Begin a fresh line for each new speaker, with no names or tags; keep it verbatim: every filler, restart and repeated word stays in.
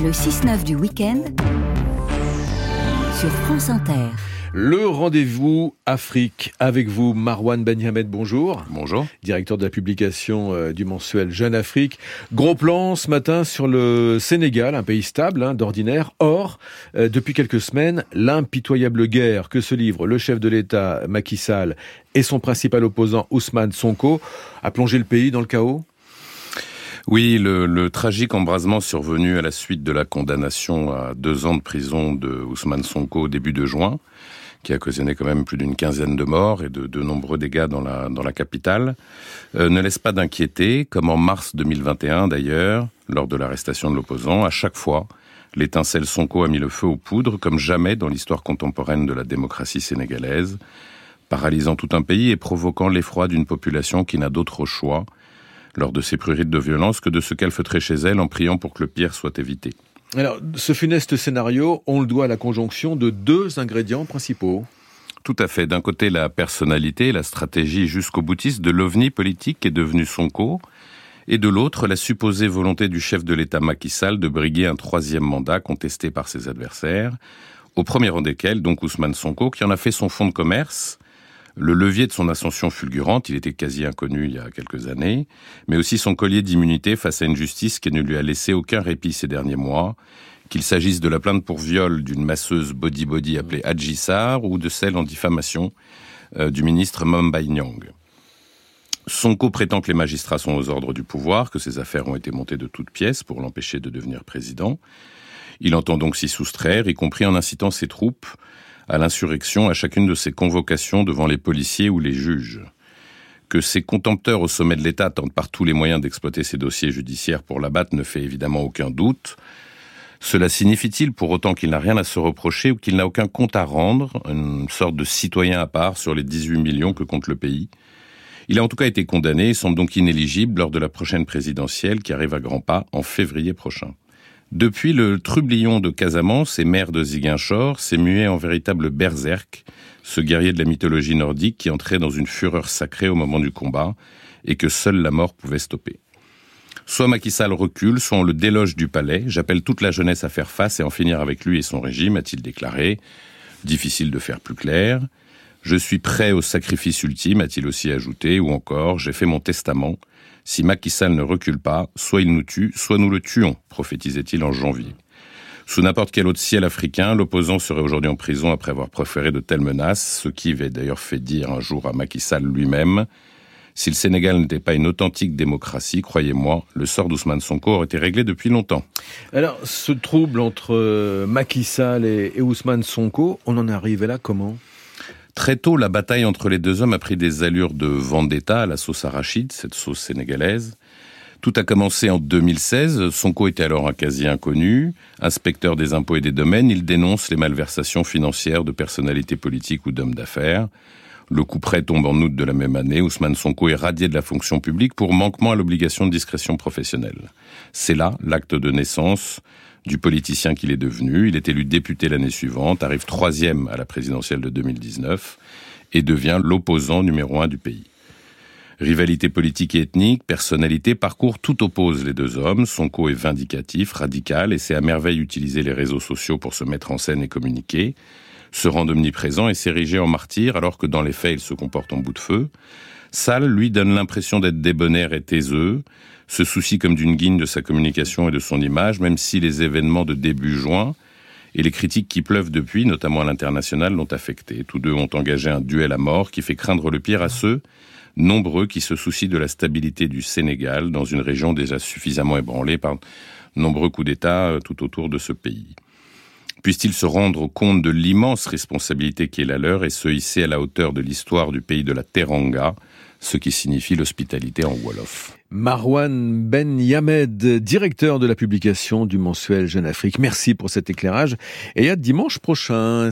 le six neuf du week-end sur France Inter.
Le rendez-vous Afrique avec vous, Marouane Ben-Yamed, bonjour.
Bonjour.
Directeur de la publication euh, du mensuel Jeune Afrique. Gros plan ce matin sur le Sénégal, un pays stable, hein, d'ordinaire. Or, euh, depuis quelques semaines, l'impitoyable guerre que se livrent le chef de l'État Macky Sall et son principal opposant Ousmane Sonko a plongé le pays dans le chaos.
Oui, le, le tragique embrasement survenu à la suite de la condamnation à deux ans de prison de Ousmane Sonko au début de juin, qui a occasionné quand même plus d'une quinzaine de morts et de, de nombreux dégâts dans la, dans la capitale, euh, ne laisse pas d'inquiéter, comme en mars deux mille vingt et un d'ailleurs, lors de l'arrestation de l'opposant. À chaque fois, l'étincelle Sonko a mis le feu aux poudres, comme jamais dans l'histoire contemporaine de la démocratie sénégalaise, paralysant tout un pays et provoquant l'effroi d'une population qui n'a d'autre choix, lors de ces prurites de violence, que de se calfeutrer chez elle en priant pour que le pire soit évité.
Alors, ce funeste scénario, on le doit à la conjonction de deux ingrédients principaux.
Tout à fait. D'un côté, la personnalité, la stratégie jusqu'au boutiste de l'ovni politique qui est devenu Sonko, et de l'autre, la supposée volonté du chef de l'État Macky Sall de briguer un troisième mandat contesté par ses adversaires, au premier rang desquels, donc Ousmane Sonko, qui en a fait son fonds de commerce, le levier de son ascension fulgurante, il était quasi inconnu il y a quelques années, mais aussi son collier d'immunité face à une justice qui ne lui a laissé aucun répit ces derniers mois, qu'il s'agisse de la plainte pour viol d'une masseuse body-body appelée Adji Sarr ou de celle en diffamation euh, du ministre Mbaye Niang. Sonko prétend que les magistrats sont aux ordres du pouvoir, que ses affaires ont été montées de toutes pièces pour l'empêcher de devenir président. Il entend donc s'y soustraire, y compris en incitant ses troupes à l'insurrection à chacune de ses convocations devant les policiers ou les juges. Que ses contempteurs au sommet de l'État tentent par tous les moyens d'exploiter ses dossiers judiciaires pour l'abattre ne fait évidemment aucun doute. Cela signifie-t-il pour autant qu'il n'a rien à se reprocher ou qu'il n'a aucun compte à rendre, une sorte de citoyen à part sur les dix-huit millions que compte le pays ? Il a en tout cas été condamné et semble donc inéligible lors de la prochaine présidentielle qui arrive à grands pas en février prochain. Depuis, le trublion de Casamance et maire de Ziguinchor s'est mué en véritable berserk, ce guerrier de la mythologie nordique qui entrait dans une fureur sacrée au moment du combat et que seule la mort pouvait stopper. Soit Macky Sall recule, soit on le déloge du palais. J'appelle toute la jeunesse à faire face et en finir avec lui et son régime, a-t-il déclaré. Difficile de faire plus clair. Je suis prêt au sacrifice ultime, a-t-il aussi ajouté, ou encore, j'ai fait mon testament. Si Macky Sall ne recule pas, soit il nous tue, soit nous le tuons, prophétisait-il en janvier. Sous n'importe quel autre ciel africain, l'opposant serait aujourd'hui en prison après avoir proféré de telles menaces, ce qui avait d'ailleurs fait dire un jour à Macky Sall lui-même « Si le Sénégal n'était pas une authentique démocratie, croyez-moi, le sort d'Ousmane Sonko aurait été réglé depuis longtemps. »
Alors, ce trouble entre Macky Sall et, et Ousmane Sonko, on en est arrivé là comment ?
Très tôt, la bataille entre les deux hommes a pris des allures de vendetta à la sauce arachide, cette sauce sénégalaise. Tout a commencé en deux mille seize. Sonko était alors un quasi-inconnu. Inspecteur des impôts et des domaines, il dénonce les malversations financières de personnalités politiques ou d'hommes d'affaires. Le couperet tombe en août de la même année. Ousmane Sonko est radié de la fonction publique pour manquement à l'obligation de discrétion professionnelle. C'est là l'acte de naissance du politicien qu'il est devenu. Il est élu député l'année suivante, arrive troisième à la présidentielle de deux mille dix-neuf et devient l'opposant numéro un du pays. Rivalité politique et ethnique, personnalité, parcours, tout oppose les deux hommes. Sonko est vindicatif, radical et sait à merveille utiliser les réseaux sociaux pour se mettre en scène et communiquer, se rend omniprésent et s'ériger en martyr alors que dans les faits il se comporte en bout de feu. Sall, lui, donne l'impression d'être débonnaire et taiseux, se soucie comme d'une guigne de sa communication et de son image, même si les événements de début juin et les critiques qui pleuvent depuis, notamment à l'international, l'ont affecté. Tous deux ont engagé un duel à mort qui fait craindre le pire à ceux, nombreux, qui se soucient de la stabilité du Sénégal, dans une région déjà suffisamment ébranlée par nombreux coups d'État tout autour de ce pays. Puisse-t-il se rendre compte de l'immense responsabilité qui est la leur et se hisser à la hauteur de l'histoire du pays de la Teranga, ce qui signifie l'hospitalité en Wolof.
Marouane Ben-Yamed, directeur de la publication du mensuel Jeune Afrique. Merci pour cet éclairage et à dimanche prochain.